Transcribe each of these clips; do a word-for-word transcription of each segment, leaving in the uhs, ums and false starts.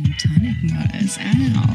Tonic Models auch.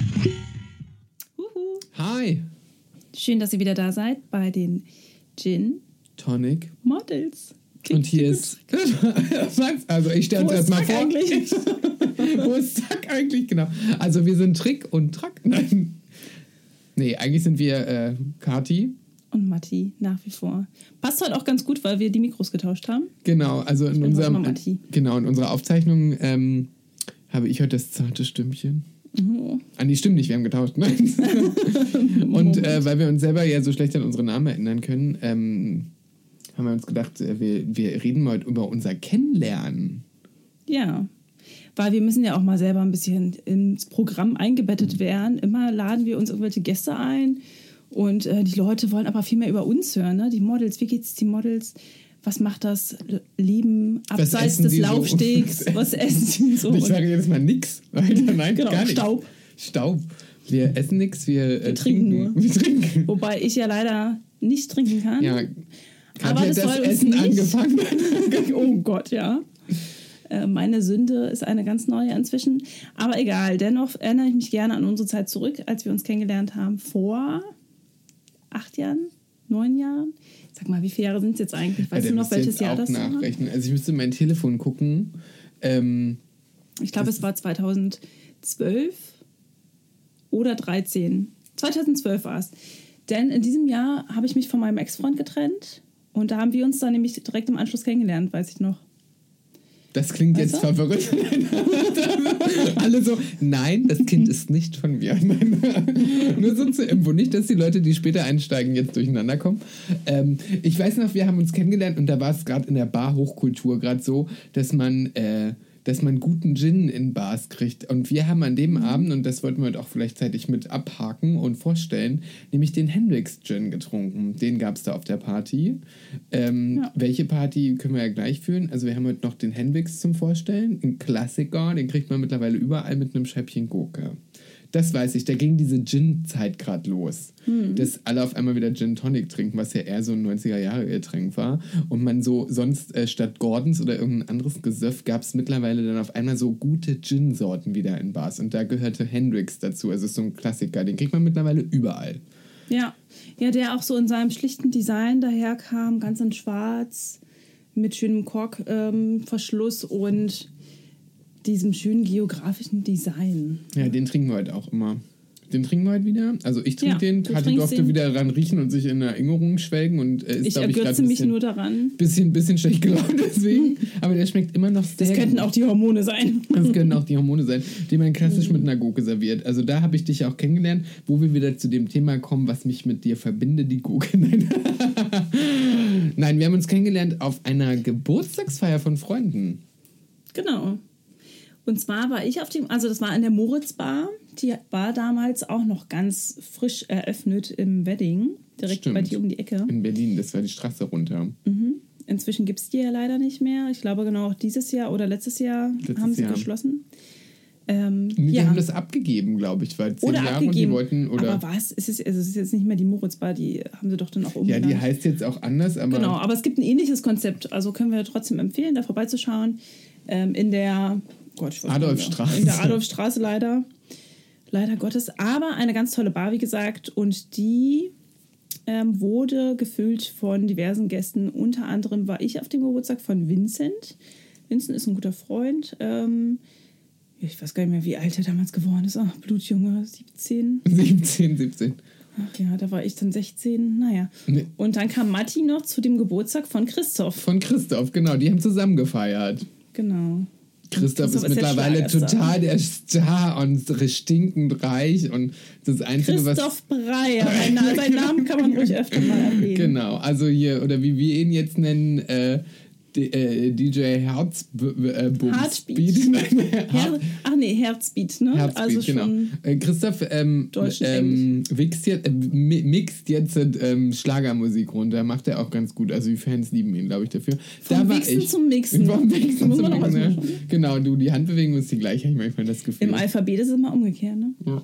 Uhu. Hi. Schön, dass ihr wieder da seid bei den Gin Tonic Models. Klingt und hier ist... Also ich stelle uns erstmal vor. Eigentlich? Wo ist Zack eigentlich? Genau. Also wir sind Trick und Track. Nein. Nee, eigentlich sind wir äh, Kati. Und Matti, nach wie vor. Passt halt auch ganz gut, weil wir die Mikros getauscht haben. Genau, also in, unserem, in, genau, in unserer Aufzeichnung ähm, habe ich heute das zarte Stimmchen. Oh. Ah, nee, stimmt nicht, wir haben getauscht. Nein. Und äh, weil wir uns selber ja so schlecht an unsere Namen erinnern können, ähm, haben wir uns gedacht, äh, wir, wir reden heute über unser Kennenlernen. Ja, weil wir müssen ja auch mal selber ein bisschen ins Programm eingebettet werden. Immer laden wir uns irgendwelche Gäste ein und äh, die Leute wollen aber viel mehr über uns hören. Ne? Die Models, wie geht's die Models? Was macht das Leben abseits des Laufstegs? So? Was essen die so? Ich sage jedes Mal nix. Alter, nein, genau, gar nichts. Staub. Staub. Wir essen nichts, wir, wir äh, trinken, trinken nur. Wir trinken. Wobei ich ja leider nicht trinken kann. Ja, aber hat das, das soll Essen uns nicht angefangen. Oh Gott, ja. Äh, meine Sünde ist eine ganz neue inzwischen. Aber egal, dennoch erinnere ich mich gerne an unsere Zeit zurück, als wir uns kennengelernt haben vor acht Jahren, neun Jahren. Sag mal, wie viele Jahre sind es jetzt eigentlich? Weißt ja, du noch, welches Jahr das war? Nachrechnen. Also ich müsste mein Telefon gucken. Ähm, ich glaube, es war zweitausendzwölf oder dreizehn. zweitausendzwölf war es. Denn in diesem Jahr habe ich mich von meinem Ex-Freund getrennt. Und da haben wir uns dann nämlich direkt im Anschluss kennengelernt, weiß ich noch. Das klingt weißt jetzt zwar verrückt. Alle so, nein, das Kind ist nicht von mir. Nur so zur Info. Nicht, dass die Leute, die später einsteigen, jetzt durcheinander kommen. Ähm, ich weiß noch, wir haben uns kennengelernt und da war es gerade in der Bar-Hochkultur gerade so, dass man... Äh, dass man guten Gin in Bars kriegt. Und wir haben an dem mhm. Abend, und das wollten wir heute auch vielleicht zeitig mit abhaken und vorstellen, nämlich den Hendrix Gin getrunken. Den gab es da auf der Party. Ähm, ja. Welche Party können wir ja gleich führen. Also wir haben heute noch den Hendrix zum Vorstellen. Ein Klassiker, den kriegt man mittlerweile überall mit einem Scheibchen Gurke. Das weiß ich, da ging diese Gin-Zeit gerade los. Hm. Dass alle auf einmal wieder Gin Tonic trinken, was ja eher so ein neunziger-Jahre-Getränk war. Und man so sonst äh, statt Gordons oder irgendein anderes Gesöff gab es mittlerweile dann auf einmal so gute Gin-Sorten wieder in Bars. Und da gehörte Hendrix dazu. Also ist so ein Klassiker, den kriegt man mittlerweile überall. Ja, ja, der auch so in seinem schlichten Design daherkam, ganz in schwarz, mit schönem Korkverschluss ähm, und diesem schönen geografischen Design. Ja, den trinken wir heute auch immer. Den trinken wir heute wieder. Also ich trinke ja, den. Kathi durfte den. wieder daran riechen und sich in Erinnerung schwelgen. Und ist, ich ergötze mich nur daran. Bisschen, bisschen schlecht gelaunt deswegen. Aber der schmeckt immer noch sehr Das könnten gut. auch die Hormone sein. Das können auch die Hormone sein, die man klassisch mit einer Gurke serviert. Also da habe ich dich auch kennengelernt, wo wir wieder zu dem Thema kommen, was mich mit dir verbindet, die Gurke. Nein. Nein, wir haben uns kennengelernt auf einer Geburtstagsfeier von Freunden. Genau. Und zwar war ich auf dem, also das war in der Moritz-Bar, die war damals auch noch ganz frisch eröffnet im Wedding, direkt Stimmt. bei dir um die Ecke. In Berlin, das war die Straße runter. Mhm. Inzwischen gibt es die ja leider nicht mehr. Ich glaube genau dieses Jahr oder letztes Jahr letztes haben sie Jahr. geschlossen. Ähm, die ja. haben das abgegeben, glaube ich, weil zehn oder Jahre abgegeben. Und die wollten... Oder aber was? Es ist, also es ist jetzt nicht mehr die Moritz-Bar, die haben sie doch dann auch umbenannt. Ja, die heißt jetzt auch anders, aber... Genau, aber es gibt ein ähnliches Konzept. Also können wir trotzdem empfehlen, da vorbeizuschauen. Ähm, in der... Gott, Adolfstraße. In der Adolfstraße leider. Leider Gottes. Aber eine ganz tolle Bar, wie gesagt. Und die ähm, wurde gefüllt von diversen Gästen. Unter anderem war ich auf dem Geburtstag von Vincent. Vincent ist ein guter Freund. Ähm, ich weiß gar nicht mehr, wie alt er damals geworden ist. Ach, Blutjunge, siebzehn. siebzehn, siebzehn. Ach ja, da war ich dann sechzehn. Naja. Nee. Und dann kam Matti noch zu dem Geburtstag von Christoph. Von Christoph, genau. Die haben zusammen gefeiert. Genau. Christoph, Christoph ist, ist mittlerweile total der Star und stinkend reich und das Einzige, Christoph was... Breyer, seinen Namen kann man ruhig öfter mal erwähnen. Genau, also hier, oder wie wir ihn jetzt nennen, äh, D, äh, D J Herz, äh, Heartbeat. Her- Ach nee, Herzbeat, ne? Herzbeat, also genau. Äh, Christoph ähm, ähm, mixt jetzt, äh, mixt jetzt ähm, Schlagermusik runter, macht er auch ganz gut. Also die Fans lieben ihn, glaube ich, dafür. Vom da war Wichsen ich, zum Mixen. Vom Wichsen muss zum man Mixen, ja. Genau, du, die Handbewegung ist die gleiche, habe ich manchmal das Gefühl. Im Alphabet ist es immer umgekehrt, ne? Ja.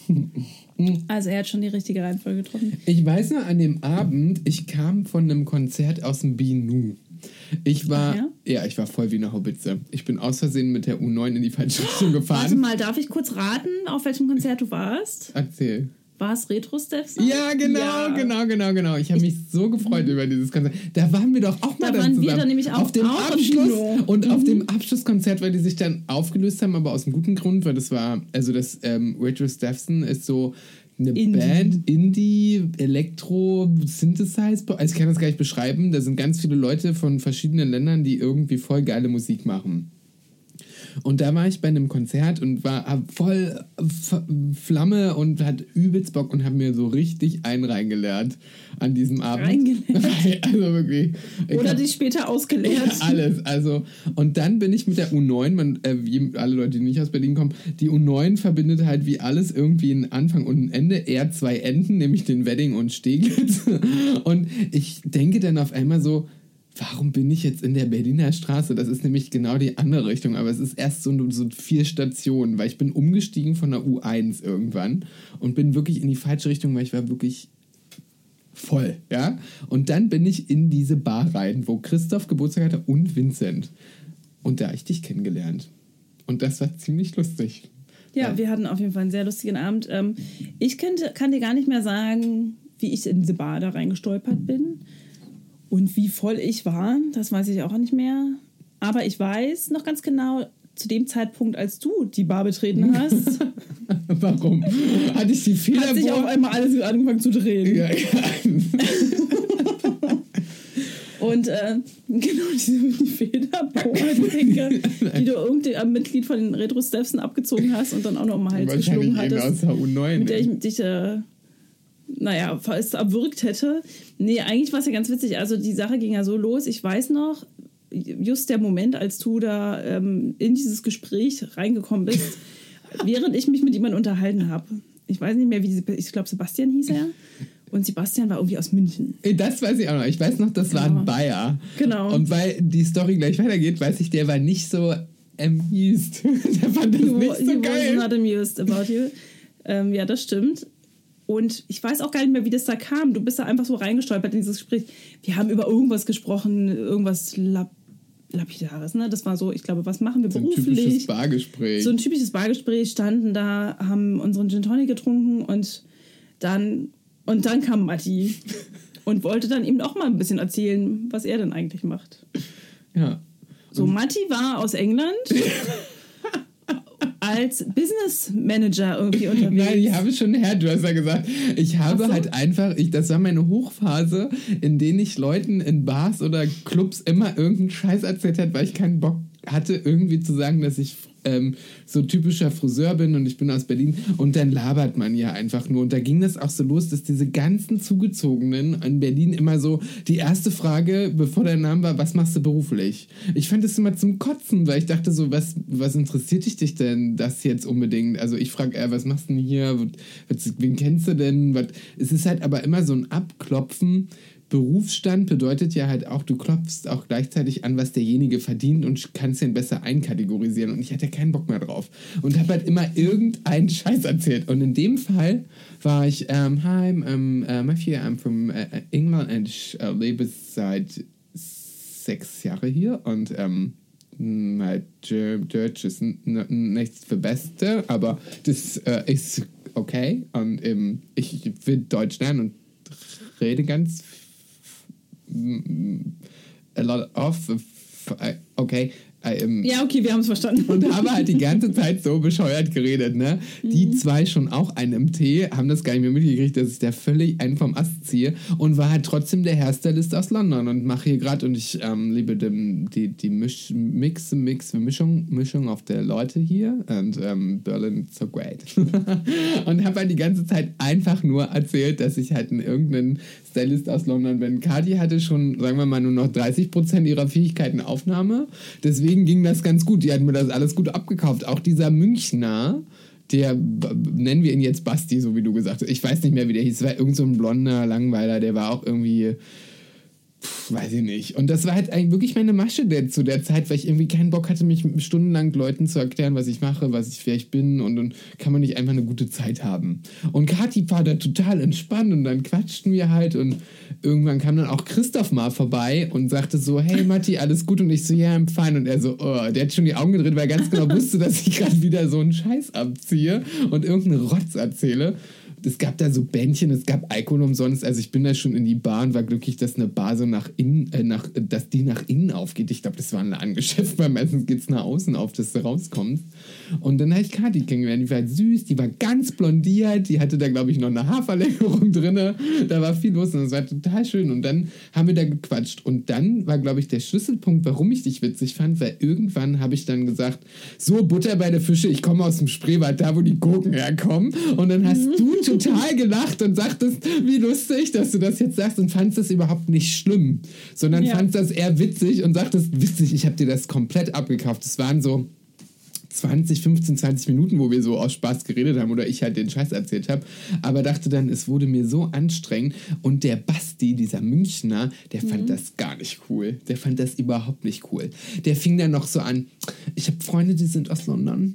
Also er hat schon die richtige Reihenfolge getroffen. Ich weiß noch, an dem Abend, ich kam von einem Konzert aus dem Binu. Ich war, ja? ja, ich war voll wie eine Haubitze. Ich bin aus Versehen mit der U neun in die falsche Richtung gefahren. Warte mal, darf ich kurz raten, auf welchem Konzert du warst? Erzähl. War es Retro Steps? Ja, genau, ja. genau, genau, genau. Ich habe mich so gefreut mhm. über dieses Konzert. Da waren wir doch auch mal da dann waren zusammen. Wir dann nämlich auch auf dem auch Abschluss und mhm. auf dem Abschlusskonzert, weil die sich dann aufgelöst haben, aber aus einem guten Grund, weil das war, also das ähm, Retro Steffson ist so eine Indie. Band, Indie, Elektro, Synthesize, also ich kann das gar nicht beschreiben. Da sind ganz viele Leute von verschiedenen Ländern, die irgendwie voll geile Musik machen. Und da war ich bei einem Konzert und war voll F- Flamme und hat übelst Bock und habe mir so richtig einen reingelernt an diesem Abend. Reingelernt? Also wirklich. Oder dich später ausgeleert. Alles, also. Und dann bin ich mit der U neun, man, äh, wie alle Leute, die nicht aus Berlin kommen, die U neun verbindet halt wie alles irgendwie einen Anfang und ein Ende, eher zwei Enden, nämlich den Wedding und Steglitz. Und ich denke dann auf einmal so, warum bin ich jetzt in der Berliner Straße? Das ist nämlich genau die andere Richtung, aber es ist erst so, so vier Stationen, weil ich bin umgestiegen von der U eins irgendwann und bin wirklich in die falsche Richtung, weil ich war wirklich voll, ja? Und dann bin ich in diese Bar rein, wo Christoph Geburtstag hatte und Vincent. Und da habe ich dich kennengelernt. Und das war ziemlich lustig. Ja, wir hatten auf jeden Fall einen sehr lustigen Abend. Ich könnte, kann dir gar nicht mehr sagen, wie ich in diese Bar da reingestolpert bin. Und wie voll ich war, das weiß ich auch nicht mehr. Aber ich weiß noch ganz genau, zu dem Zeitpunkt, als du die Bar betreten hast. Warum? Hatte ich die Fehler? Hat sich auf einmal alles angefangen zu drehen. Ja, ja. Und äh, genau diese die Federbohr-Dicke, die du irgendein Mitglied von den Retro Steffson abgezogen hast und dann auch noch um den Hals geschlungen hattest. Aus der U neun, mit der ich dich... Äh, naja, fast erwürgt hätte. Nee, eigentlich war es ja ganz witzig. Also die Sache ging ja so los. Ich weiß noch, just der Moment, als du da ähm, in dieses Gespräch reingekommen bist, während ich mich mit jemandem unterhalten habe. Ich weiß nicht mehr, wie diese, ich glaube Sebastian hieß er. Und Sebastian war irgendwie aus München. Das weiß ich auch noch. Ich weiß noch, das genau. war ein Bayer. Genau. Und weil die Story gleich weitergeht, weiß ich, der war nicht so amused. Der fand das he, nicht so he geil. He was not amused about you. Ähm, ja, das stimmt. Und ich weiß auch gar nicht mehr, wie das da kam. Du bist da einfach so reingestolpert in dieses Gespräch. Wir haben über irgendwas gesprochen, irgendwas Lab- Lapidares, ne? Das war so, ich glaube, was machen wir so beruflich? So ein typisches Bargespräch. So ein typisches Bargespräch, standen da, haben unseren Gin Tonic getrunken und dann, und dann kam Matti und wollte dann ihm auch mal ein bisschen erzählen, was er denn eigentlich macht. Ja. So, Matti war aus England... als Business Manager irgendwie unterwegs. Nein, ich habe schon einen Hairdresser gesagt. Ich habe so. halt einfach, ich, das war meine Hochphase, in denen ich Leuten in Bars oder Clubs immer irgendeinen Scheiß erzählt habe, weil ich keinen Bock hatte, irgendwie zu sagen, dass ich ähm, so typischer Friseur bin und ich bin aus Berlin. Und dann labert man ja einfach nur. Und da ging das auch so los, dass diese ganzen Zugezogenen in Berlin immer so, die erste Frage, bevor der Name war, was machst du beruflich? Ich fand das immer zum Kotzen, weil ich dachte so, was, was interessiert dich, dich denn das jetzt unbedingt? Also ich frage eher, was machst du denn hier? Was, wen kennst du denn? Was? Es ist halt aber immer so ein Abklopfen. Berufsstand bedeutet ja halt auch, du klopfst auch gleichzeitig an, was derjenige verdient und kannst den besser einkategorisieren. Und ich hatte keinen Bock mehr drauf. Und habe halt immer irgendeinen Scheiß erzählt. Und in dem Fall war ich, ähm, hi, I'm uh, Matthew, I'm from uh, England und ich uh, lebe seit sechs Jahren hier. Und ähm, mein Deutsch ist n- n- nicht das Beste, aber das äh, ist okay. Und ähm, ich will Deutsch lernen und rede ganz a lot of okay I, um, ja, okay, wir haben es verstanden. Und habe halt die ganze Zeit so bescheuert geredet, ne? Mhm. Die zwei schon auch einen M T, haben das gar nicht mehr mitgekriegt, dass ich da völlig einen vom Ast ziehe und war halt trotzdem der Hairstylist aus London und mache hier gerade und ich ähm, liebe dem, die, die Misch, Mix, Mix, Mischung, Mischung auf der Leute hier und ähm, Berlin so great. Und habe halt die ganze Zeit einfach nur erzählt, dass ich halt in irgendeinen Stylist aus London bin. Kati hatte schon, sagen wir mal, nur noch dreißig Prozent ihrer Fähigkeiten Aufnahme, deswegen ging das ganz gut. Die hat mir das alles gut abgekauft. Auch dieser Münchner, der, nennen wir ihn jetzt Basti, so wie du gesagt hast. Ich weiß nicht mehr, wie der hieß. Es war irgend so ein blonder Langweiler, der war auch irgendwie Pff, weiß ich nicht. Und das war halt eigentlich wirklich meine Masche der, zu der Zeit, weil ich irgendwie keinen Bock hatte, mich stundenlang Leuten zu erklären, was ich mache, was ich, wer ich bin. Und dann kann man nicht einfach eine gute Zeit haben. Und Kathi war da total entspannt und dann quatschten wir halt. Und irgendwann kam dann auch Christoph mal vorbei und sagte so, hey Matti, alles gut? Und ich so, ja, I'm fine. Und er so, oh, der hat schon die Augen gedreht, weil er ganz genau wusste, dass ich gerade wieder so einen Scheiß abziehe und irgendeinen Rotz erzähle. Es gab da so Bändchen, es gab Alkohol umsonst. Also ich bin da schon in die Bar und war glücklich, dass eine Bar so nach innen, äh, nach, dass die nach innen aufgeht. Ich glaube, das war ein Ladengeschäft, weil meistens geht es nach außen auf, dass du rauskommst. Und dann habe ich Kathi kennengelernt. Die war süß, die war ganz blondiert, die hatte da, glaube ich, noch eine Haarverlängerung drin. Da war viel los und das war total schön. Und dann haben wir da gequatscht. Und dann war, glaube ich, der Schlüsselpunkt, warum ich dich witzig fand, weil irgendwann habe ich dann gesagt, so, Butter bei der Fische, ich komme aus dem Spreewald, da wo die Gurken herkommen. Und dann hast du total gelacht und sagtest, wie lustig, dass du das jetzt sagst und fandst das überhaupt nicht schlimm, sondern ja. fandst das eher witzig und sagtest, witzig, ich habe dir das komplett abgekauft. Es waren so zwanzig, fünfzehn, zwanzig Minuten, wo wir so aus Spaß geredet haben oder ich halt den Scheiß erzählt habe, aber dachte dann, es wurde mir so anstrengend und der Basti, dieser Münchner, der fand mhm. das gar nicht cool. Der fand das überhaupt nicht cool. Der fing dann noch so an, ich habe Freunde, die sind aus London.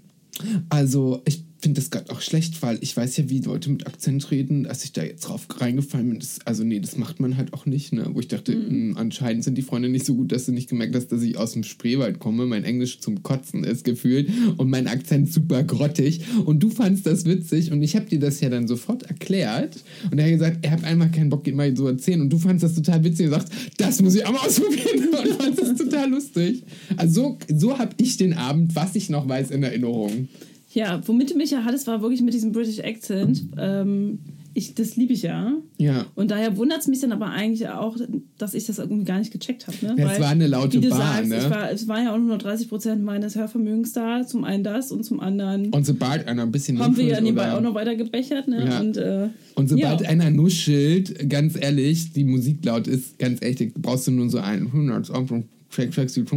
Also ich finde das gerade auch schlecht, weil ich weiß ja, wie Leute mit Akzent reden, dass ich da jetzt drauf reingefallen bin. Das, also nee, das macht man halt auch nicht, ne? Wo ich dachte, mhm. mh, anscheinend sind die Freunde nicht so gut, dass du nicht gemerkt hast, dass ich aus dem Spreewald komme, mein Englisch zum Kotzen ist gefühlt und mein Akzent super grottig und du fandst das witzig und ich habe dir das ja dann sofort erklärt und er hat gesagt, er hat einfach keinen Bock, mal so erzählen und du fandst das total witzig und sagst, das muss ich auch mal ausprobieren und fandst das total lustig. Also so, so habe ich den Abend, was ich noch weiß, in Erinnerung. Ja, womit du mich ja hattest, war wirklich mit diesem British Accent. Ähm, ich, das liebe ich ja. Ja. Und daher wundert es mich dann aber eigentlich auch, dass ich das irgendwie gar nicht gecheckt habe. Ne? Ja, es war eine laute wie du Bar, sagst, ne? ich war, es war ja auch nur noch dreißig Prozent meines Hörvermögens da. Zum einen das und zum anderen und sobald einer ein bisschen haben wir ja nebenbei auch noch weiter gebechert. Ne? Ja. Und, äh, und sobald ja. einer nuschelt, ganz ehrlich, die Musik laut ist, ganz ehrlich, brauchst du nur so einen hundert Und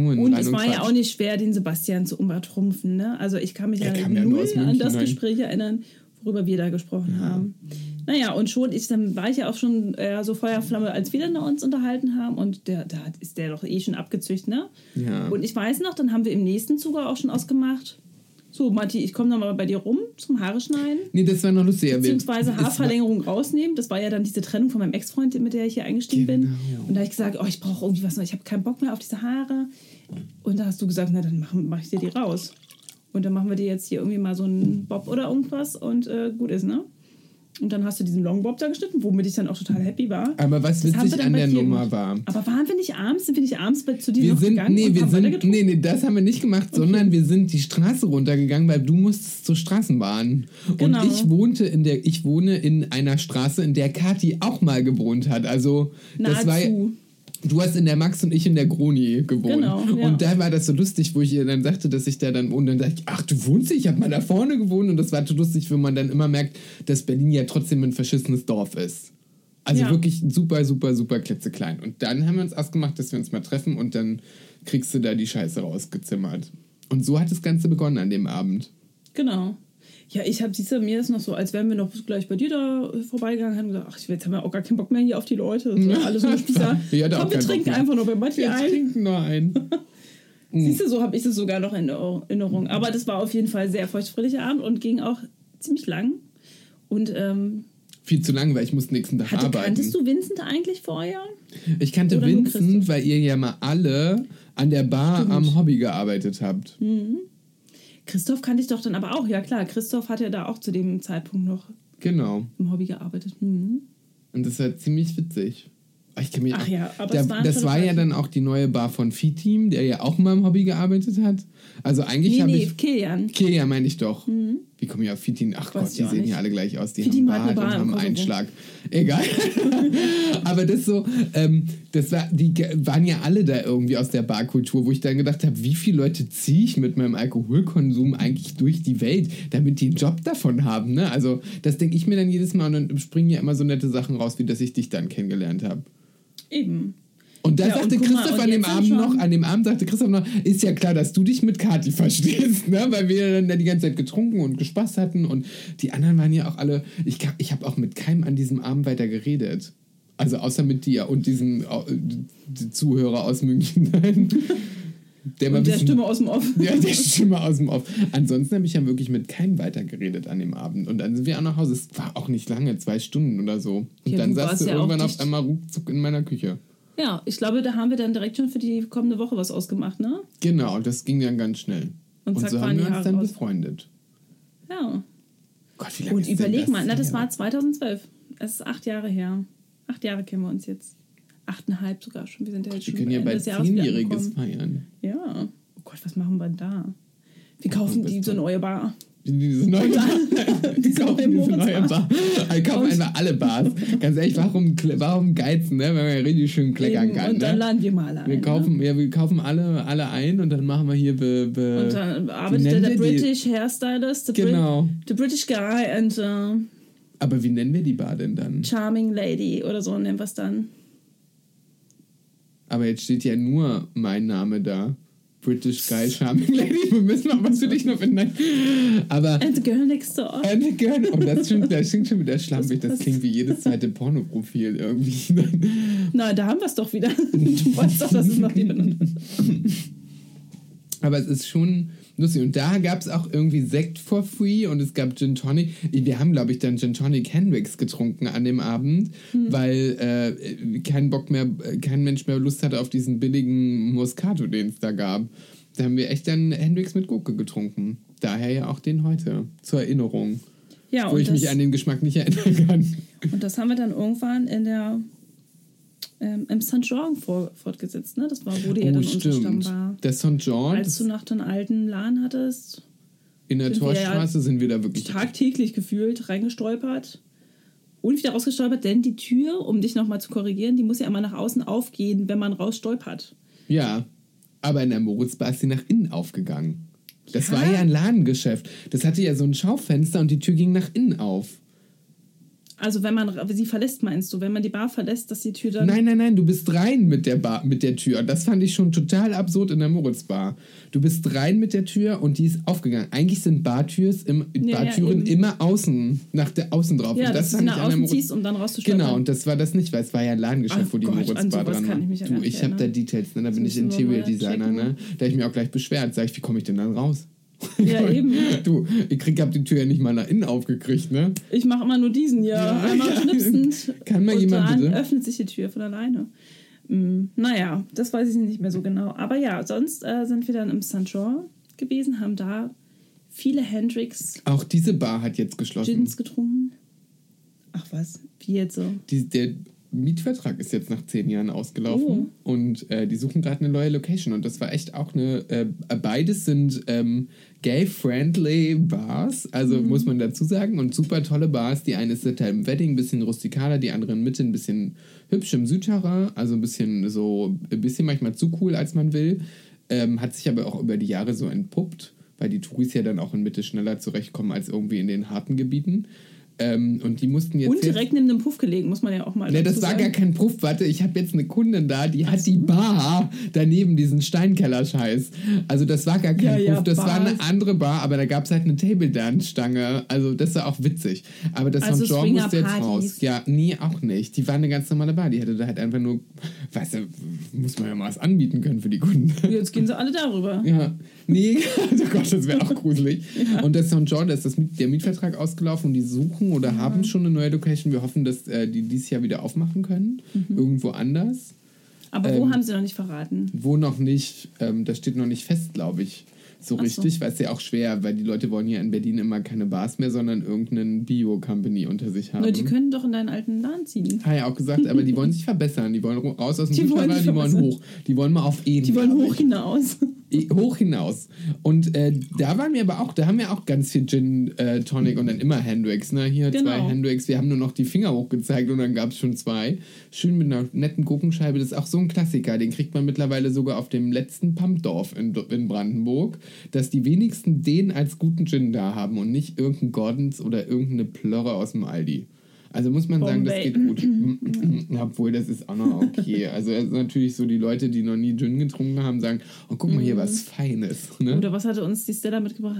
es war ja auch nicht schwer, den Sebastian zu übertrumpfen. Ne? Also ich kann mich ja, ja null ja an das Gespräch erinnern, worüber wir da gesprochen ja. haben. Naja, und schon, ich, dann war ich ja auch schon äh, so Feuerflamme, als wir dann uns unterhalten haben. Und der, da ist der doch eh schon abgezücht, ne? Ja. Und ich weiß noch, dann haben wir im nächsten Zuge auch schon ausgemacht. So, Matti, ich komme nochmal bei dir rum zum Haare schneiden. Nee, das war noch lustig. Beziehungsweise Haarverlängerung rausnehmen. Das war ja dann diese Trennung von meinem Ex-Freund, mit der ich hier eingestiegen genau. bin. Und da habe ich gesagt, oh, ich brauche irgendwie was Neues. Ich habe keinen Bock mehr auf diese Haare. Und da hast du gesagt, na, dann mache mach ich dir die raus. Und dann machen wir dir jetzt hier irgendwie mal so einen Bob oder irgendwas und äh, gut ist, ne? Und dann hast du diesen Longbob da geschnitten, womit ich dann auch total happy war. Aber was das witzig an der Nummer gemacht. war. Aber waren wir nicht abends? Sind wir nicht abends zu dir wir noch sind, gegangen nee, und wir haben sind, nee, nee, das haben wir nicht gemacht, okay. sondern wir sind die Straße runtergegangen, weil du musstest zur Straßenbahn. Genau. Und ich wohnte in der, ich wohne in einer Straße, in der Kathi auch mal gewohnt hat. Also das Nahezu. war ja, du hast in der Max und ich in der Groni gewohnt. Genau, ja. Und da war das so lustig, wo ich ihr dann sagte, dass ich da dann wohne. Und dann dachte ich, ach, du wohnst hier? Ich habe mal da vorne gewohnt. Und das war so lustig, wenn man dann immer merkt, dass Berlin ja trotzdem ein verschissenes Dorf ist. Also ja. wirklich super, super, super klitzeklein. Und dann haben wir uns ausgemacht, dass wir uns mal treffen und dann kriegst du da die Scheiße rausgezimmert. Und so hat das Ganze begonnen an dem Abend. Genau. Ja, ich habe, siehst du, mir ist noch so, als wären wir noch gleich bei dir da vorbeigegangen, haben gesagt, ach, jetzt haben wir auch gar keinen Bock mehr hier auf die Leute. So, ja. Alles so Spießer. Komm, wir trinken einfach noch bei Matti ein. Wir trinken nur ein. Siehst du, so habe ich es sogar noch in Erinnerung. Aber das war auf jeden Fall ein sehr feuchtfröhlicher Abend und ging auch ziemlich lang. Und ähm, viel zu lang, weil ich muss nächsten Tag hatte, arbeiten. Kanntest du Vincent eigentlich vorher? Ich kannte Oder Vincent, weil ihr ja mal alle an der Bar Stimmt. am Hobby gearbeitet habt. Mhm. Christoph kannte ich doch dann aber auch. Ja klar, Christoph hat ja da auch zu dem Zeitpunkt noch genau. im Hobby gearbeitet. Mhm. Und das war ziemlich witzig. Ich kann mich Ach auch, ja, aber da, es waren das war ja dann auch die neue Bar von Vieh-Team, der ja auch mal im Hobby gearbeitet hat. Also eigentlich nee, habe nee, ich... Kilian. Kilian meine ich doch. Mhm. Wie komme ich auf Vieh-Team? Ach Weiß Gott, die sehen nicht. ja alle gleich aus. Die Vieh-Team haben Bart und haben einen Einschlag. Egal. Aber das so... Ähm, das war, die waren ja alle da irgendwie aus der Barkultur, wo ich dann gedacht habe, wie viele Leute ziehe ich mit meinem Alkoholkonsum eigentlich durch die Welt, damit die einen Job davon haben, ne? Also das denke ich mir dann jedes Mal und dann springen ja immer so nette Sachen raus, wie dass ich dich dann kennengelernt habe. Eben. Und da ja, sagte und Christoph mal, an dem Abend noch, an dem Abend sagte Christoph noch, ist ja klar, dass du dich mit Kathi verstehst, ne? Weil wir dann die ganze Zeit getrunken und gespaßt hatten und die anderen waren ja auch alle, ich, ich habe auch mit keinem an diesem Abend weiter geredet. Also außer mit dir und diesem äh, die Zuhörer aus München. Nein. Der, und der bisschen, Stimme aus dem Off. Ja, der Stimme aus dem Off. Ansonsten habe ich ja wirklich mit keinem weitergeredet an dem Abend. Und dann sind wir auch nach Hause. Es war auch nicht lange, zwei Stunden oder so. Und Ja, dann du saß warst du ja auch irgendwann auf dicht. einmal ruckzuck in meiner Küche. Ja, ich glaube, da haben wir dann direkt schon für die kommende Woche was ausgemacht, ne? Genau, und das ging dann ganz schnell. Und Und zack, so waren haben die wir uns Haare dann raus. befreundet. Ja. Gott, wie lange Und ist denn überleg das mal, na, das her? war zweitausendzwölf. Es ist acht Jahre her. Acht Jahre kennen wir uns jetzt. Achteinhalb sogar schon. Wir sind ja jetzt Wir schon können ja Ende bald des Jahres wieder Zehnjähriges angekommen. feiern. Ja. Oh Gott, was machen wir denn da? Wir kaufen bist diese du- neue Bar. Diese neue Bar. Wir Diese kaufen neue diese neue Moritzbar. Bar. Wir kaufen Und- einfach alle Bars. Ganz ehrlich, warum, kle- warum geizen, ne? Wenn man ja richtig schön kleckern Eben, kann. und dann Ne? laden wir mal alle Wir ein. kaufen, ja, wir kaufen alle, alle ein und dann machen wir hier be, be Ne? Und dann arbeitet nennen der, der wir die? British Hairstylist, the, Genau. Brit- the British Guy and uh, Aber wie nennen wir die Bar denn dann? Charming Lady oder so nennen wir es dann. Aber jetzt steht ja nur mein Name da. British Guy Charming Lady. Wir müssen noch was für dich noch finden. Aber And the girl next door. Äh, Girl, oh, das, stimmt, das klingt schon wieder schlampig. Das Was- klingt wie jedes zweite Pornoprofil irgendwie. Na, da haben wir es doch wieder. Du weißt doch, dass es noch die benutzt. Aber es ist schon lustig. Und da gab es auch irgendwie Sekt for free und es gab Gin Tonic. Wir haben, glaube ich, dann Gin Tonic Hendrix getrunken an dem Abend, Hm. weil äh, kein Bock mehr, kein Mensch mehr Lust hatte auf diesen billigen Moscato, den es da gab. Da haben wir echt dann Hendrix mit Gurke getrunken. Daher ja auch den heute. Zur Erinnerung. Ja, Wo und ich mich das, an den Geschmack nicht erinnern kann. und das haben wir dann irgendwann in der ähm, im Sankt Jean vor, fortgesetzt, ne? Das war, wo die ja Oh, dann unsere Stamm stimmt. war. Das Saint Jean, Als das du nach den alten Laden hattest, in der sind wir ja Torstraße sind wir da wirklich. tagtäglich gefühlt reingestolpert und wieder rausgestolpert, denn die Tür, um dich nochmal zu korrigieren, die muss ja immer nach außen aufgehen, wenn man rausstolpert. Ja, aber in der Moritzbar ist sie nach innen aufgegangen. Das Ja. war ja ein Ladengeschäft. Das hatte ja so ein Schaufenster und die Tür ging nach innen auf. Also wenn man sie verlässt, meinst du, wenn man die Bar verlässt, dass die Tür dann... Nein, nein, nein, du bist rein mit der Bar, mit der Tür. Das fand ich schon total absurd in der Moritzbar. Du bist rein mit der Tür und die ist aufgegangen. Eigentlich sind Bartürs im, Ja, Bartüren ja, eben. immer außen, nach der außen drauf. Ja, und dass das du sie fand ich nach an der außen Moritz. ziehst, um dann rauszustolpern. Genau, und das war das nicht, weil es war ja ein Ladengeschäft, Ach wo die Gott, an Moritzbar sowas dran kann war. ich mich ja Du, gar nicht ich habe da erinnern. Details, ne? Da bin Das ich müssen wir Interior mal Designer, checken. ne? Da hab ich mich auch gleich beschwert. Sag ich, wie komme ich denn dann raus? Ja, eben. Du, ich krieg, hab die Tür ja nicht mal nach innen aufgekriegt, ne? Ich mache immer nur diesen, ja. Ja. Einmal schnipsend. Kann mal und jemand dann bitte? öffnet sich die Tür von alleine. Hm, naja, das weiß ich nicht mehr so genau. Aber ja, sonst äh, sind wir dann im Saint Jean gewesen, haben da viele Hendrix Auch diese Bar hat jetzt geschlossen. Gins getrunken. Ach was, wie jetzt so? Die, der Mietvertrag ist jetzt nach zehn Jahren ausgelaufen Oh. und äh, die suchen gerade eine neue Location und das war echt auch eine, äh, beides sind ähm, gay-friendly Bars, also Mhm. muss man dazu sagen, und super tolle Bars. Die eine ist total im Wedding, ein bisschen rustikaler, die andere in Mitte ein bisschen hübsch im Südterrain, also ein bisschen so, ein bisschen manchmal zu cool, als man will, ähm, hat sich aber auch über die Jahre so entpuppt, weil die Touris ja dann auch in Mitte schneller zurechtkommen als irgendwie in den harten Gebieten. Ähm, und die mussten jetzt. Und jetzt direkt neben dem Puff gelegen, muss man ja auch mal Ne, das dazu war sagen. gar kein Puff. Warte, ich habe jetzt eine Kundin da, die hat die Bar daneben, diesen Steinkeller-Scheiß. Also das war gar kein Ja, Puff, ja, das Bars. war eine andere Bar, aber da gab es halt eine Table-Dance-Stange. Also das war auch witzig. Aber das Also Saint Jean musste jetzt Swinger-Partys. raus. Ja, nee, auch nicht. Die war eine ganz normale Bar. Die hatte da halt einfach nur, weißt du, muss man ja mal was anbieten können für die Kunden. Jetzt gehen sie alle darüber. Ja, nee, oh Gott, das wäre auch gruselig. Und das Saint Jean, da ist das, Miet- der Mietvertrag ausgelaufen und die suchen oder haben schon eine neue Location. Wir hoffen, dass äh, die dieses Jahr wieder aufmachen können. Irgendwo anders. Aber wo Ähm, haben sie noch nicht verraten? Wo noch nicht, ähm, das steht noch nicht fest, glaube ich. So Ach so. richtig, weil es ja auch schwer, weil die Leute wollen ja in Berlin immer keine Bars mehr, sondern irgendeinen Bio-Company unter sich haben. Na, die können doch in deinen alten Laden ziehen. Hat ja auch gesagt, aber die wollen sich verbessern. Die wollen raus aus dem Die wollen Südterrain, sich die wollen verbessern. hoch. Die wollen mal auf Eden. Die wollen glaub hoch ich. hinaus. I- Hoch hinaus. Und äh, da waren wir aber auch, da haben wir auch ganz viel Gin äh, Tonic und dann immer Hendrix. Ne? Hier Genau. zwei Hendrix. Wir haben nur noch die Finger hochgezeigt und dann gab es schon zwei. Schön mit einer netten Gurkenscheibe. Das ist auch so ein Klassiker. Den kriegt man mittlerweile sogar auf dem letzten Pumpdorf in, in Brandenburg, dass die wenigsten den als guten Gin da haben und nicht irgendein Gordons oder irgendeine Plörre aus dem Aldi. Also muss man sagen, das Bombay. geht gut. Obwohl, das ist auch noch okay. Also es ist natürlich so, die Leute, die noch nie Gin getrunken haben, sagen, oh, guck mal hier, was Feines. Ne? Oder was hatte uns die Stella mitgebracht?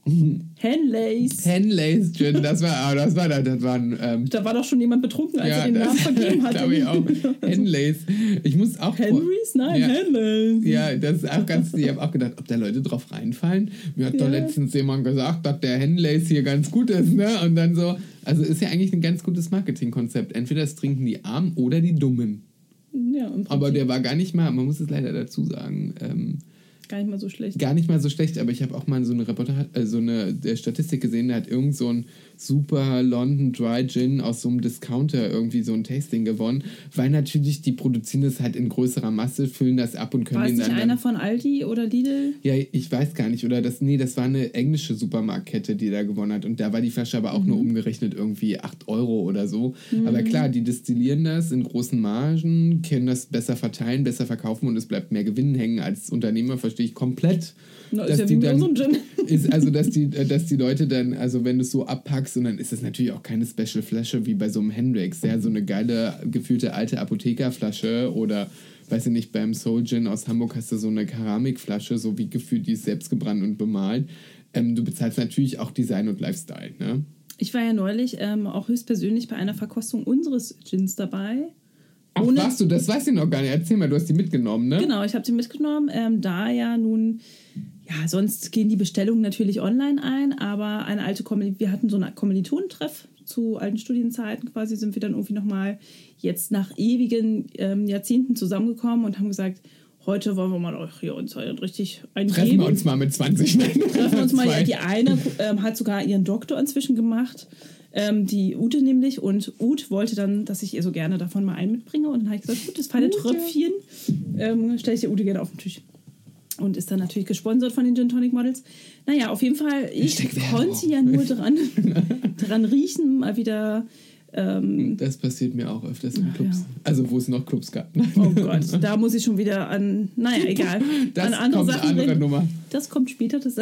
Henleys. Henleys Gin, das war, ah, das war, das waren, ähm, Da war doch schon jemand betrunken, als ja, er den Namen vergeben hat. glaube ich auch. Henleys. Ich muss auch... Henrys? Nein, ja, Henleys. Ja, das ist auch ganz... Ich habe auch gedacht, ob da Leute drauf reinfallen. Mir hat Ja. doch letztens jemand gesagt, dass der Henleys hier ganz gut ist, ne? Und dann so... Also ist ja eigentlich ein ganz gutes Marketingkonzept. Entweder das trinken die Armen oder die Dummen. Ja, im Prinzip Aber der war gar nicht mal... Man muss es leider dazu sagen... Ähm, gar nicht mal so schlecht. Gar nicht mal so schlecht, aber ich habe auch mal so eine Reportage, äh, so eine der Statistik gesehen, da hat irgend so ein super London Dry Gin aus so einem Discounter irgendwie so ein Tasting gewonnen, weil natürlich die produzieren das halt in größerer Masse, füllen das ab und können War es den nicht dann... einer von Aldi oder Lidl? Ja, ich weiß gar nicht, oder das, nee, das war eine englische Supermarktkette, die da gewonnen hat und da war die Flasche aber auch Mhm. nur umgerechnet irgendwie acht Euro oder so, mhm. aber klar, die destillieren das in großen Margen, können das besser verteilen, besser verkaufen und es bleibt mehr Gewinn hängen. Als Unternehmer verstehe ich komplett, Na, dass ist ja die wie mit dann, unserem Gin. ist also, dass die, dass die Leute dann, also wenn du es so abpackst und dann ist es natürlich auch keine Special-Flasche wie bei so einem Hendrix, ja, so eine geile, gefühlte alte Apothekerflasche oder, weiß ich nicht, beim Soul Gin aus Hamburg hast du so eine Keramikflasche, so wie gefühlt, die ist selbst gebrannt und bemalt. Ähm, du bezahlst natürlich auch Design und Lifestyle, ne? Ich war ja neulich ähm, auch höchstpersönlich bei einer Verkostung unseres Gins dabei. Ach, Ohne- warst du? Das weiß ich noch gar nicht. Erzähl mal, du hast die mitgenommen, ne? Genau, ich habe sie mitgenommen, ähm, da ja nun, ja, sonst gehen die Bestellungen natürlich online ein, aber eine alte Kommilitonen, wir hatten so einen Kommilitonentreff zu alten Studienzeiten quasi, sind wir dann irgendwie nochmal jetzt nach ewigen ähm, Jahrzehnten zusammengekommen und haben gesagt, heute wollen wir mal auch hier uns halt richtig eingeben. Treffen wir uns mal mit zwanzig. Nein, Treffen wir uns mal. zwei. Ja, die eine ähm, hat sogar ihren Doktor inzwischen gemacht, ähm, die Ute nämlich. Und Ute wollte dann, dass ich ihr so gerne davon mal einen mitbringe. Und dann habe ich gesagt, gut, das feine Ute. Tröpfchen ähm, stelle ich der Ute gerne auf den Tisch. Und ist dann natürlich gesponsert von den Gin Tonic Models. Naja, auf jeden Fall, ich Hashtag Werbung. konnte ja nur dran, dran riechen, mal wieder. Ähm, Das passiert mir auch öfters in Ach, Clubs. ja. Also, wo es noch Clubs gab. oh Gott, da muss ich schon wieder an, naja, egal. Das an andere kommt Sachen eine andere reden. Nummer. Das kommt später. Das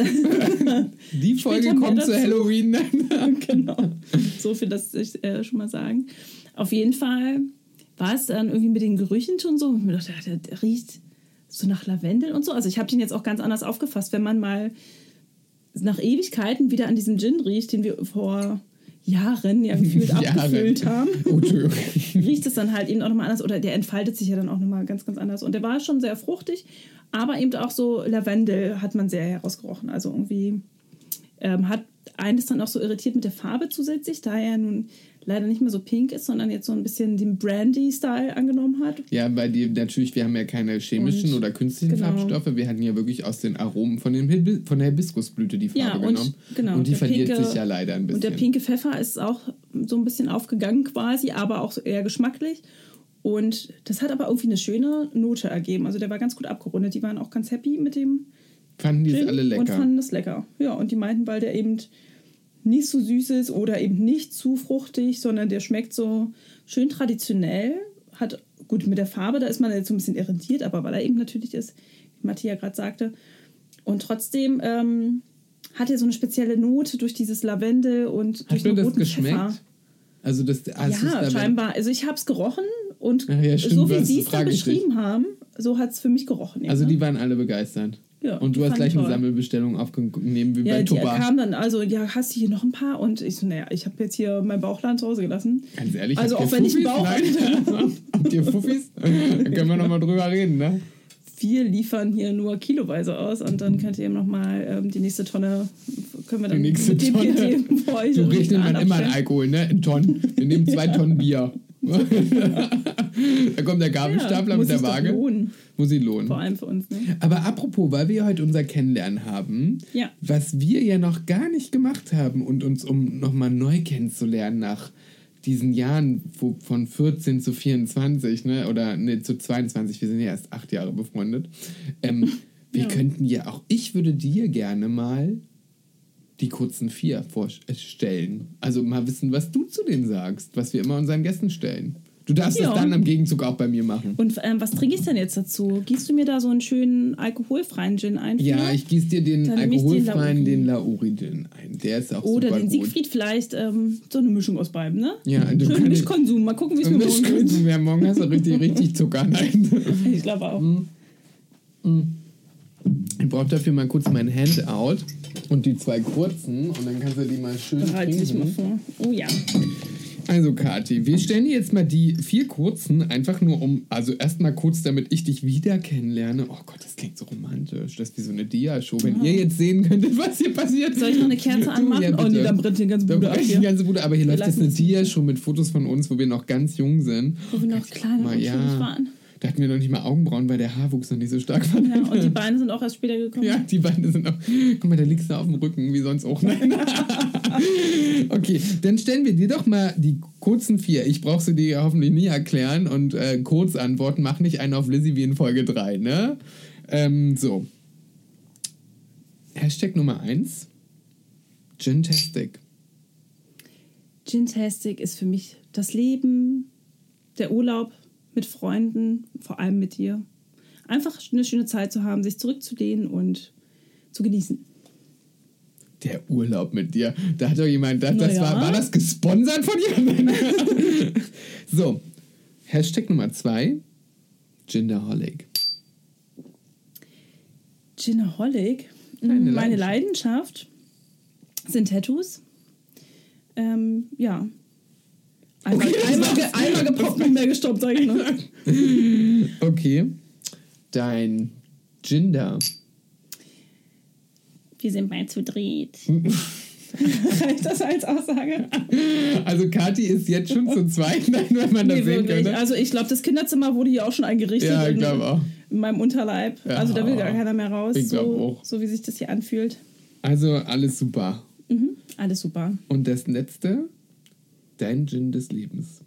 Die Folge Später mehr kommt zu dazu. Halloween. Genau. So viel, das ich äh, schon mal sagen. Auf jeden Fall war es dann irgendwie mit den Gerüchen schon so. Ich mir dachte, der, der riecht so nach Lavendel und so. Also ich habe den jetzt auch ganz anders aufgefasst, wenn man mal nach Ewigkeiten wieder an diesem Gin riecht, den wir vor Jahren ja gefühlt Jahre. abgefüllt haben, Oh, Entschuldigung. riecht es dann halt eben auch nochmal anders oder der entfaltet sich ja dann auch nochmal ganz, ganz anders. Und der war schon sehr fruchtig, aber eben auch so Lavendel hat man sehr herausgerochen. Also irgendwie ähm, hat eines dann auch so irritiert mit der Farbe zusätzlich, da er nun leider nicht mehr so pink ist, sondern jetzt so ein bisschen den Brandy-Style angenommen hat. Ja, weil die natürlich, wir haben ja keine chemischen Und- oder künstlichen genau. Farbstoffe. Wir hatten ja wirklich aus den Aromen von, dem Hibi- von der Hibiskusblüte die Farbe Ja, und- genommen. genau, und die der verliert pinke- sich ja leider ein bisschen. Und der pinke Pfeffer ist auch so ein bisschen aufgegangen quasi, aber auch eher geschmacklich. Und das hat aber irgendwie eine schöne Note ergeben. Also der war ganz gut abgerundet. Die waren auch ganz happy mit dem Fanden die es Gin alle und lecker. fanden das lecker. Ja, und die meinten, weil der eben nicht so süß ist oder eben nicht zu fruchtig, sondern der schmeckt so schön traditionell. Hat, gut, mit der Farbe, da ist man jetzt so ein bisschen irritiert, aber weil er eben natürlich ist, wie Matthias gerade sagte. Und trotzdem ähm, hat er so eine spezielle Note durch dieses Lavendel und durch Hast du den das roten geschmeckt? Pfeffer. Also das, hast du's Ja, da- scheinbar. Also ich habe es gerochen und Ach ja, stimmt, so wie was sie es dann frage ich dich. beschrieben haben, so hat es für mich gerochen. Also ja, die ne? waren alle begeistert. Ja, und die du hast fand gleich ich eine toll. Sammelbestellung aufgenommen wie Ja, bei die Toba. kam dann, also, ja, hast du hier noch ein paar? Und ich so, naja, ich habe jetzt hier meinen Bauchladen zu Hause gelassen. Ganz ehrlich, Also habt auch ihr wenn ich einen Fuffis? Bauch Nein. Habt ihr Fuffis? Da können wir nochmal drüber reden, ne? Wir liefern hier nur kiloweise aus und dann könnt ihr eben nochmal ähm, die nächste Tonne, können wir dann Die nächste mit dem Tonne. P T für euch So und rechnet man dann immer an abstellen. Alkohol, ne? In Tonnen. Wir nehmen zwei Tonnen Bier. Da kommt der Gabelstapler Ja, muss mit der sich doch Waage. lohnen, Muss sie lohnen. vor allem für uns. Ne? Aber apropos, weil wir heute unser Kennenlernen haben, Ja. was wir ja noch gar nicht gemacht haben und uns, um nochmal neu kennenzulernen nach diesen Jahren wo, von vierzehn zu vierundzwanzig, ne, oder ne, zu zweiundzwanzig, wir sind ja erst acht Jahre befreundet, ähm, wir Ja. könnten ja auch, ich würde dir gerne mal die kurzen vier vorstellen. Also mal wissen, was du zu denen sagst, was wir immer unseren Gästen stellen. Du darfst Ja. das dann im Gegenzug auch bei mir machen. Und ähm, was trinke ich denn jetzt dazu? Gießt du mir da so einen schönen alkoholfreien Gin ein? Ja, vielleicht? ich gieße dir den Dann nehme ich den alkoholfreien, Lauri. den Lauri-Gin ein. Der ist auch Oder super den gut. Siegfried vielleicht, ähm, so eine Mischung aus beidem, ne? Ja, du Schön kannst- Mischkonsum. Mal gucken, wie es mir morgen geht. Mischkonsum. Ja, morgen hast du richtig, richtig Zucker. Nein. Ich glaube auch. Ich brauche dafür mal kurz mein Handout. Und die zwei kurzen. Und dann kannst du die mal schön Bereite dich mal trinken. vor. Oh ja. Also, Kathi, wir stellen dir jetzt mal die vier kurzen, einfach nur um, also erstmal kurz, damit ich dich wieder kennenlerne. Oh Gott, das klingt so romantisch. Das ist wie so eine Dia-Show. Wenn Ja. ihr jetzt sehen könntet, was hier passiert. Soll ich noch eine Kerze Du, anmachen? ja, Oh nee, bitte. dann brennt die ganze Dann Bude ab brennt die hier. ganze Bude, aber hier Wir läuft jetzt lassen eine es nicht. Dia-Show mit Fotos von uns, wo wir noch ganz jung sind. Wo wir noch klein Mal, und ja. unschuldig waren. Da hatten wir noch nicht mal Augenbrauen, weil der Haarwuchs noch nicht so stark war. Ja, und die Beine sind auch erst später gekommen. Ja, die Beine sind auch. Guck mal, da liegst du auf dem Rücken, wie sonst auch. Nein. Okay, dann stellen wir dir doch mal die kurzen vier. Ich brauche sie dir hoffentlich nie erklären und äh, kurz antworten. Mach nicht einen auf Lizzie wie in Folge drei, ne? Ähm, so. Hashtag Nummer eins. Gintastic. Gintastic ist für mich das Leben, der Urlaub mit Freunden, vor allem mit dir. Einfach eine schöne Zeit zu haben, sich zurückzulehnen und zu genießen. Der Urlaub mit dir. Da hat doch jemand, das, das Na ja. war, war das gesponsert von jemandem? So, Hashtag Nummer zwei, Ginaholic. Ginaholic, Deine meine Leidenschaft. Leidenschaft sind Tattoos. Ähm, ja. Einmal, Okay, das einmal, ge, war's. einmal gepoppt und mehr gestoppt, sag ich noch. Okay, dein Ginder. Wir sind bald zu dritt. Reicht das als Aussage? Also Kathi ist jetzt schon zu zweit, nein, wenn man das Nee, sehen wirklich. könnte. Also ich glaube, das Kinderzimmer wurde hier auch schon eingerichtet. Ja, ich in, glaube auch. in meinem Unterleib. Ja. Also da will gar keiner mehr raus. Ich glaub so, auch. so wie sich das hier anfühlt. Also alles super. Mhm. Alles super. Und das letzte, dein Gin des Lebens.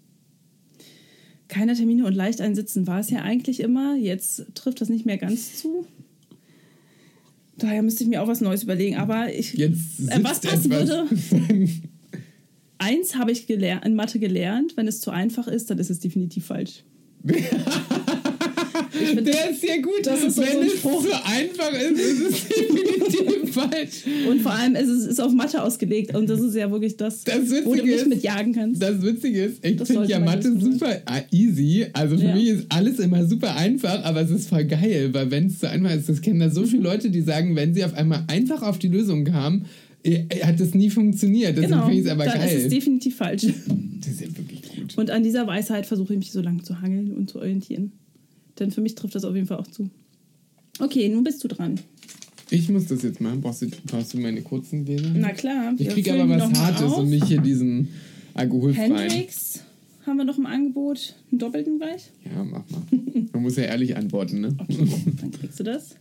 Keine Termine und leicht einsitzen war es ja eigentlich immer. Jetzt trifft das nicht mehr ganz zu. Daher müsste ich mir auch was Neues überlegen. Aber ich, Jetzt sitzt äh, was passen etwas. würde, eins habe ich geler- in Mathe gelernt. Wenn es zu einfach ist, dann ist es definitiv falsch. find, Der ist ja gut. das ist so Wenn so ein es Spruch. so einfach ist, ist es definitiv falsch. Und vor allem ist es ist auf Mathe ausgelegt. Und das ist ja wirklich das, Das Witzige wo du mich ist- mit jagen kannst. Das Witzige ist, ich Das finde sollte ja man Mathe wissen. super äh, easy. Also für Ja. mich ist alles immer super einfach, aber es ist voll geil, weil wenn es so einfach ist, das kennen da so viele Leute, die sagen, wenn sie auf einmal einfach auf die Lösung kamen, äh, hat das nie funktioniert. Deswegen Genau, finde ich es aber dann geil. ist es definitiv falsch. Das ist ja wirklich gut. Und an dieser Weisheit versuche ich mich so lang zu hangeln und zu orientieren. Denn für mich trifft das auf jeden Fall auch zu. Okay, nun bist du dran. Ich muss das jetzt machen. Brauchst du, brauchst du meine kurzen Gläser? Na klar. Ich wir kriege füllen aber die was noch mal Hartes auf. und nicht hier diesen alkoholfreien. Hendrix haben wir noch im Angebot. Einen doppelten gleich. Ja, mach mal. Man muss ja ehrlich antworten, ne? Okay, dann kriegst du das.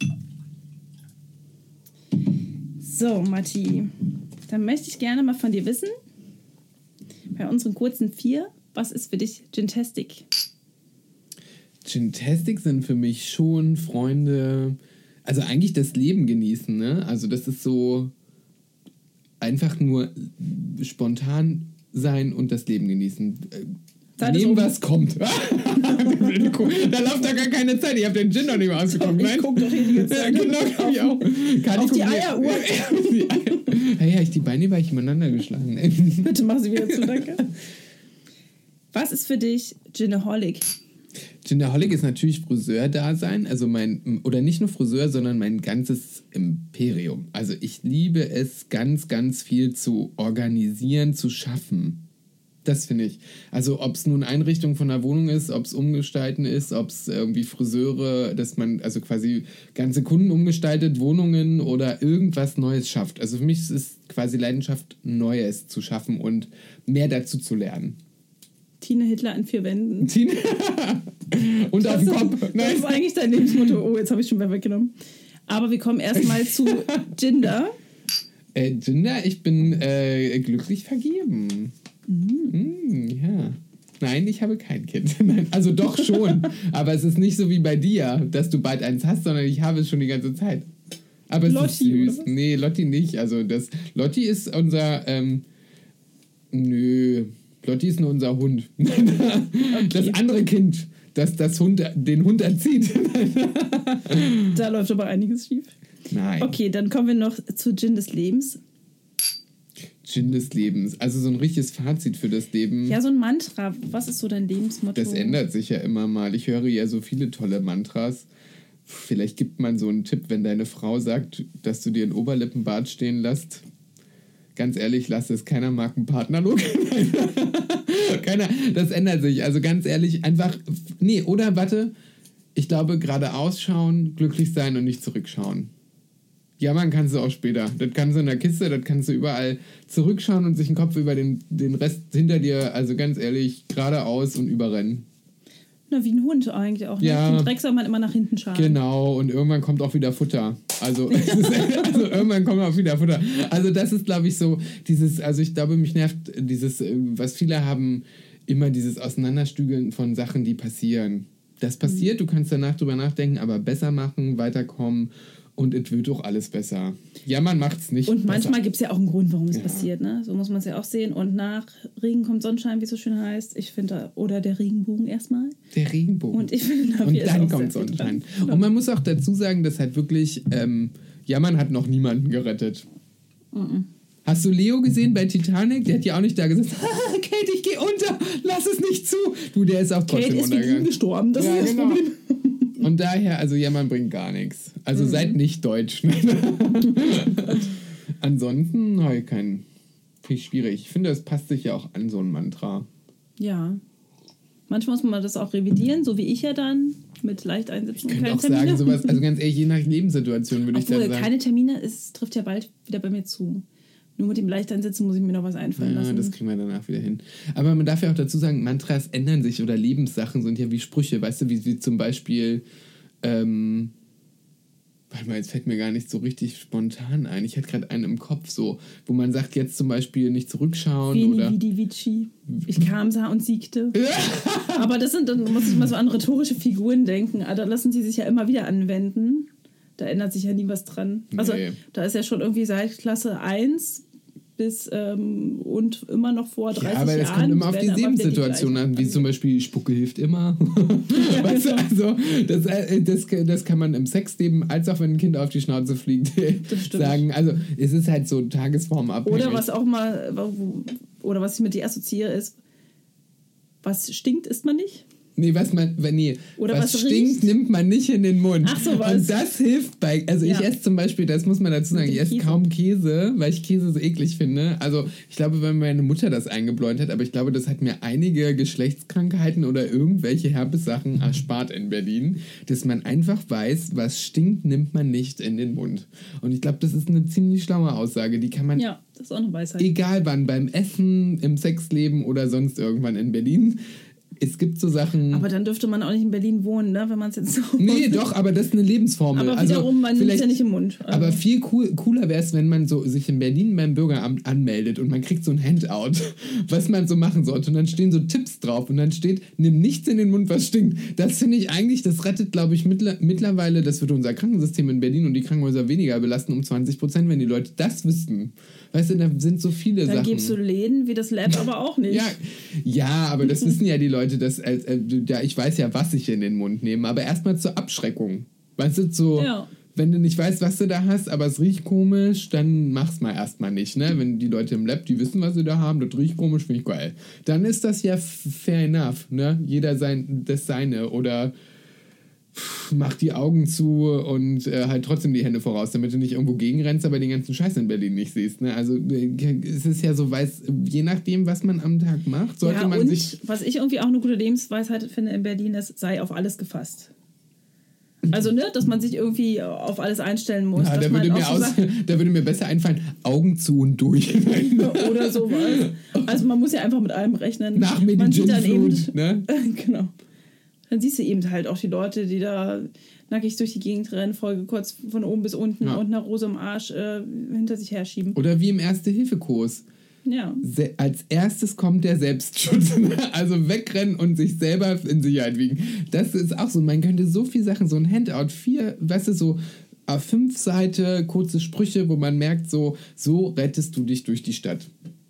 So, Matti. Dann möchte ich gerne mal von dir wissen, bei unseren kurzen vier, was ist für dich Gintastic? Gintastic sind für mich schon Freunde, also eigentlich das Leben genießen, ne? Also das ist so einfach nur spontan sein und das Leben genießen. Zeit ist Nehmen, um. was kommt. Da läuft da gar keine Zeit. Ich habe den Gin noch nicht mal ausgekommen. Ich Nein? guck doch hier die ganze Ja, Zeit genau, kann ich auch. Kann auf ich die gucken. Eieruhr. Die Eier. Ja, ja, ich die Beine war ich übereinander geschlagen. Bitte mach sie wieder zu, danke. Was ist für dich Ginaholic? Ginaholic ist natürlich Friseur-Dasein, also mein, oder nicht nur Friseur, sondern mein ganzes Imperium. Also ich liebe es, ganz, ganz viel zu organisieren, zu schaffen. Das finde ich. Also ob es nun Einrichtung von einer Wohnung ist, ob es Umgestalten ist, ob es irgendwie Friseure, dass man also quasi ganze Kunden umgestaltet, Wohnungen oder irgendwas Neues schafft. Also für mich ist es quasi Leidenschaft, Neues zu schaffen und mehr dazu zu lernen. Tine Hitler in vier Wänden. Tine. Und auf Das, dem Kopf. das Nein. ist eigentlich dein Lebensmotto. Oh, jetzt habe ich schon wieder weggenommen. Aber wir kommen erstmal zu Ginder. Äh, Ginder, ich bin äh, glücklich vergeben. Mm, ja. Nein, ich habe kein Kind. Nein, also doch schon. Aber es ist nicht so wie bei dir, dass du bald eins hast, sondern ich habe es schon die ganze Zeit. Aber es Lotti, ist oder süß. was? Nee, Lotti nicht. Also das Lotti ist unser ähm, nö. Lotti ist nur unser Hund. Das andere Kind, das, das Hund, den Hund erzieht. Da läuft aber einiges schief. Nein. Okay, dann kommen wir noch zu Gin des Lebens. Gin des Lebens. Also so ein richtiges Fazit für das Leben. Ja, so ein Mantra. Was ist so dein Lebensmotto? Das ändert sich ja immer mal. Ich höre ja so viele tolle Mantras. Vielleicht gibt man so einen Tipp, wenn deine Frau sagt, dass du dir einen Oberlippenbart stehen lässt. Ganz ehrlich, lass es. Keiner mag einen Partnerlook. Keiner, das ändert sich. Also ganz ehrlich, einfach, nee, oder warte, ich glaube, geradeaus schauen, glücklich sein und nicht zurückschauen. Ja, man kannst du auch später. Das kannst du in der Kiste, das kannst du überall zurückschauen und sich den Kopf über den, den Rest hinter dir, also ganz ehrlich, geradeaus und überrennen. Na, wie ein Hund eigentlich auch. Ne? Ja. Den Dreck soll man immer nach hinten schauen. Genau, und irgendwann kommt auch wieder Futter. Also, es ist, also irgendwann kommt auch wieder Futter. Also das ist, glaube ich, so dieses, also ich glaube, mich nervt dieses, was viele haben, immer dieses Auseinanderstügeln von Sachen, die passieren. Das passiert, mhm. du kannst danach drüber nachdenken, aber besser machen, weiterkommen und es wird doch alles besser. Ja, man macht's nicht Und manchmal gibt es ja auch einen Grund, warum es ja. passiert, ne? So muss man es ja auch sehen. Und nach Regen kommt Sonnenschein, wie es so schön heißt. Ich finde, oder der Regenbogen erstmal. Der Regenbogen. Und ich finde, da Und ist dann auch kommt sehr viel Sonnenschein. dran. Und man muss auch dazu sagen, dass halt wirklich, ähm, ja, man hat noch niemanden gerettet. Mhm. Hast du Leo gesehen bei Titanic? Der hat ja auch nicht da gesagt, Kate, ich gehe unter, lass es nicht zu. Du, der ist auch trotzdem Kate ist wie untergegangen. ihn gestorben, das Ja, ist das genau. Problem. Und daher, also ja, man bringt gar nichts. Also Mhm. seid nicht deutsch. Ansonsten, oh, kein, finde ich schwierig. Ich finde, das passt sich ja auch an, so ein Mantra. Ja. Manchmal muss man das auch revidieren, so wie ich ja dann, mit leicht einsetzen. Ich könnte auch sagen, sowas, also ganz ehrlich, je nach Lebenssituation würde ich Obwohl, dann sagen. keine Termine, es trifft ja bald wieder bei mir zu. Nur mit dem Leichteinsetzen muss ich mir noch was einfallen Ja, lassen. das kriegen wir danach wieder hin. Aber man darf ja auch dazu sagen, Mantras ändern sich oder Lebenssachen sind ja wie Sprüche, weißt du, wie, wie zum Beispiel, ähm, warte mal, jetzt fällt mir gar nicht so richtig spontan ein. Ich hätte gerade einen im Kopf, so, wo man sagt, jetzt zum Beispiel nicht zurückschauen Veni, oder... vidi, vici. Ich kam, sah und siegte. Aber das sind, dann muss ich mal so an rhetorische Figuren denken. Ah, da lassen sie sich ja immer wieder anwenden. Da ändert sich ja nie was dran. Also Nee. da ist ja schon irgendwie seit Klasse eins bis ähm, und immer noch vor dreißig Ja, Jahren. aber das kommt immer auf die werden aber wieder Lebenssituation gleichen an, wie zum Beispiel Spucke hilft immer. Ja, weißt du, genau. also das, äh, das, das kann man im Sexleben, als auch wenn ein Kind auf die Schnauze fliegt, Das stimmt. sagen. Also es ist halt so tagesformabhängig. Oder was auch mal, oder was ich mit dir assoziiere, ist, was stinkt, isst man nicht. Nee, was man, wenn nee, Oder was, was stinkt, riecht? nimmt man nicht in den Mund. Ach so, was? Und das hilft bei, also Ja. ich esse zum Beispiel, das muss man dazu sagen, Mit ich dem esse Käse. kaum Käse, weil ich Käse so eklig finde. Also ich glaube, wenn meine Mutter das eingebläut hat, aber ich glaube, das hat mir einige Geschlechtskrankheiten oder irgendwelche Herpessachen erspart in Berlin, dass man einfach weiß, was stinkt, nimmt man nicht in den Mund. Und ich glaube, das ist eine ziemlich schlaue Aussage, die kann man Ja, das ist auch eine Weisheit. egal wann, beim Essen, im Sexleben oder sonst irgendwann in Berlin. Es gibt so Sachen... Aber dann dürfte man auch nicht in Berlin wohnen, ne, wenn man es jetzt so... Nee, doch, aber das ist eine Lebensformel. Aber also wiederum, man nimmt es vielleicht, ja nicht im Mund. Aber viel cool, cooler wäre es, wenn man so sich in Berlin beim Bürgeramt anmeldet und man kriegt so ein Handout, was man so machen sollte. Und dann stehen so Tipps drauf und dann steht, nimm nichts in den Mund, was stinkt. Das finde ich eigentlich, das rettet, glaube ich, mittler, mittlerweile, das wird unser Krankensystem in Berlin und die Krankenhäuser weniger belasten um zwanzig Prozent, wenn die Leute das wüssten. Weißt du, da sind so viele Dann Sachen. gibst du Läden wie das Lab aber auch nicht. Ja, ja, aber das wissen ja die Leute, dass, äh, äh, ja, ich weiß ja, was ich in den Mund nehme, aber erstmal zur Abschreckung. Weißt du, so, Ja. wenn du nicht weißt, was du da hast, aber es riecht komisch, dann mach's mal erstmal nicht, ne? Wenn die Leute im Lab, die wissen, was sie da haben, das riecht komisch, finde ich geil. Dann ist das ja fair enough, ne? Jeder sein, das Seine oder mach die Augen zu und äh, halt trotzdem die Hände voraus, damit du nicht irgendwo gegenrennst, aber den ganzen Scheiß in Berlin nicht siehst. Ne? Also äh, es ist ja so, weiß, je nachdem, was man am Tag macht, sollte ja, man und sich... was ich irgendwie auch eine gute Lebensweisheit finde in Berlin ist, sei auf alles gefasst. Also, ne, dass man sich irgendwie auf alles einstellen muss. Ja, dass da, man würde auch mir so aus, Sachen- da würde mir besser einfallen, Augen zu und durch. oder sowas. Also man muss ja einfach mit allem rechnen. Nach mir man die sieht dann eben, Gin-Flut, ne? Genau. Dann siehst du eben halt auch die Leute, die da nackig durch die Gegend rennen, Folge kurz von oben bis unten Ja. und eine Rose im Arsch äh, hinter sich herschieben. Oder wie im Erste-Hilfe-Kurs. Ja. Se- als erstes kommt der Selbstschutz. Also wegrennen und sich selber in Sicherheit wiegen. Das ist auch so. Man könnte so viele Sachen, so ein Handout, vier, weißt du, so A fünf Seite, kurze Sprüche, wo man merkt, so, so rettest du dich durch die Stadt.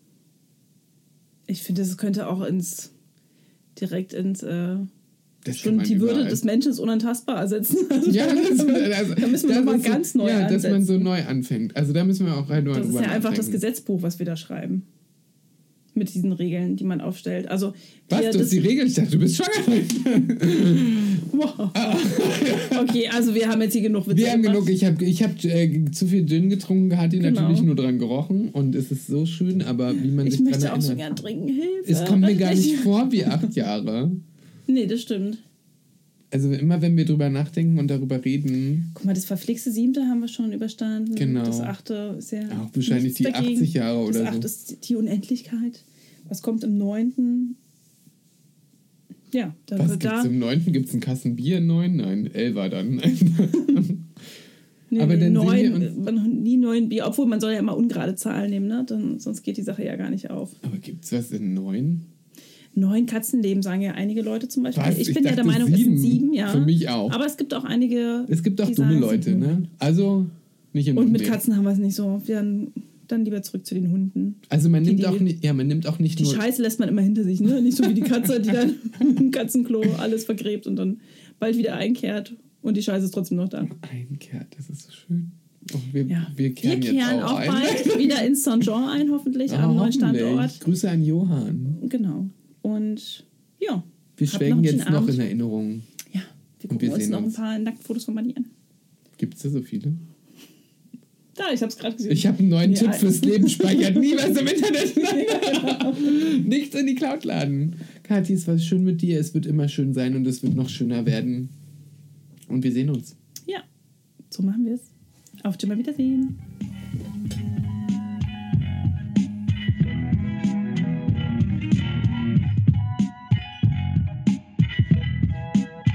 Ich finde, das könnte auch ins direkt ins äh, Das schon kann man die Würde überall. des Menschen ist unantastbar ersetzen. Also Ja, das, da das, müssen wir das nochmal ist so- ganz neu Ja, dass man ansetzen. so neu anfängt. Also da müssen wir auch halt nur Das ist drüber ja einfach das nachdenken. Gesetzbuch, was wir da schreiben. mit diesen Regeln, die man aufstellt. Also Was? hier, Du das- hast die Regel? Ich dachte, du bist schwanger. Wow. Okay, also wir haben jetzt hier genug Witze Wir haben gemacht. genug. Ich habe ich hab, äh, zu viel Gin getrunken, hat die Genau. natürlich nur dran gerochen. Und es ist so schön, aber wie man Ich sich dran möchte auch so erinnert. gern trinken. Hilfe. Es kommt mir gar nicht vor wie acht Jahre. Nee, das stimmt. Also immer, wenn wir drüber nachdenken und darüber reden, Guck mal, das verflixte Siebte haben wir schon überstanden. Genau. Das Achte ist ja auch wahrscheinlich nichts die dagegen. achtzig Jahre Das oder Achte so. ist die Unendlichkeit. Was kommt im Neunten? Ja, da Was wird gibt's da. im neunten? Gibt es ein Kassenbier im neun? Nein, Elfer dann. Nee, Aber nee, dann neun, sehen wir uns- man, nie neun Bier, obwohl man soll ja immer ungerade Zahlen nehmen, ne? Dann, sonst geht die Sache ja gar nicht auf. Aber gibt es was in neun? Neun Katzenleben, sagen ja einige Leute zum Beispiel. Was? Ich Ich bin ja der dachte Meinung, es sieben. sind sieben, ja. Für mich auch. Aber es gibt auch einige. Es gibt auch die dumme sagen, Leute, sind ne? neun. Also nicht in Und mit Unleben. Katzen haben wir es nicht so. Wir dann, dann lieber zurück zu den Hunden. Also man Die- nimmt die- auch nicht, ja, man nimmt auch nicht Die nur. Scheiße lässt man immer hinter sich, ne? Nicht so wie die Katze, die dann im Katzenklo alles vergräbt und dann bald wieder einkehrt und die Scheiße ist trotzdem noch da. Einkehrt, das ist so schön. Oh, wir, Ja. wir kehren, Wir kehren jetzt auch, auch ein. bald wieder in Saint-Jean ein, hoffentlich, Ah, am neuen hoffentlich. Standort. Grüße an Johann. Genau. Und ja. Wir habt schwelgen einen jetzt schönen noch Abend. in Erinnerung. Ja, wir Und gucken wir uns sehen noch uns. ein paar Nacktfotos von Manny an. Gibt es da so viele? Da, ich hab's gerade gesehen. Ich habe einen neuen Nee, Tipp ein- fürs Leben. Speichert nie was im Internet. Nichts in die Cloud laden. Kathi, es war schön mit dir. Es wird immer schön sein und es wird noch schöner werden. Und wir sehen uns. Ja, so machen wir es. Auf Jimmer Wiedersehen.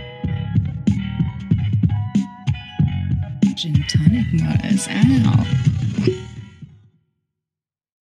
Gin Tonic Models out.